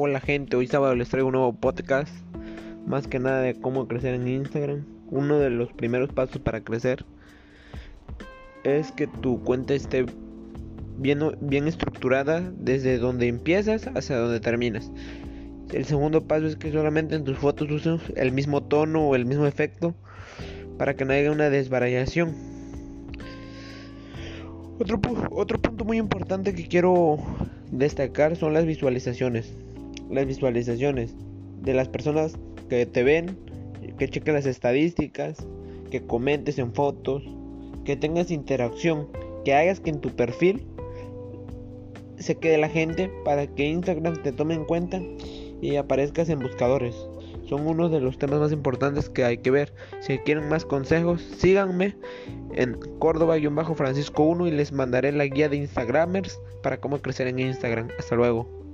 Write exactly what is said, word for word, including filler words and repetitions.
Hola gente, hoy sábado les traigo un nuevo podcast, más que nada de cómo crecer en Instagram. Uno de los primeros pasos para crecer es que tu cuenta esté bien, bien estructurada desde donde empiezas hasta donde terminas. El segundo paso es que solamente en tus fotos uses el mismo tono o el mismo efecto para que no haya una desvariación. Otro, otro punto muy importante que quiero destacar son las visualizaciones. Las visualizaciones de las personas que te ven, que chequen las estadísticas, que comentes en fotos, que tengas interacción, que hagas que en tu perfil se quede la gente para que Instagram te tome en cuenta y aparezcas en buscadores. Son uno de los temas más importantes que hay que ver. Si quieren más consejos, síganme en Córdoba-Francisco uno y les mandaré la guía de Instagramers para cómo crecer en Instagram. Hasta luego.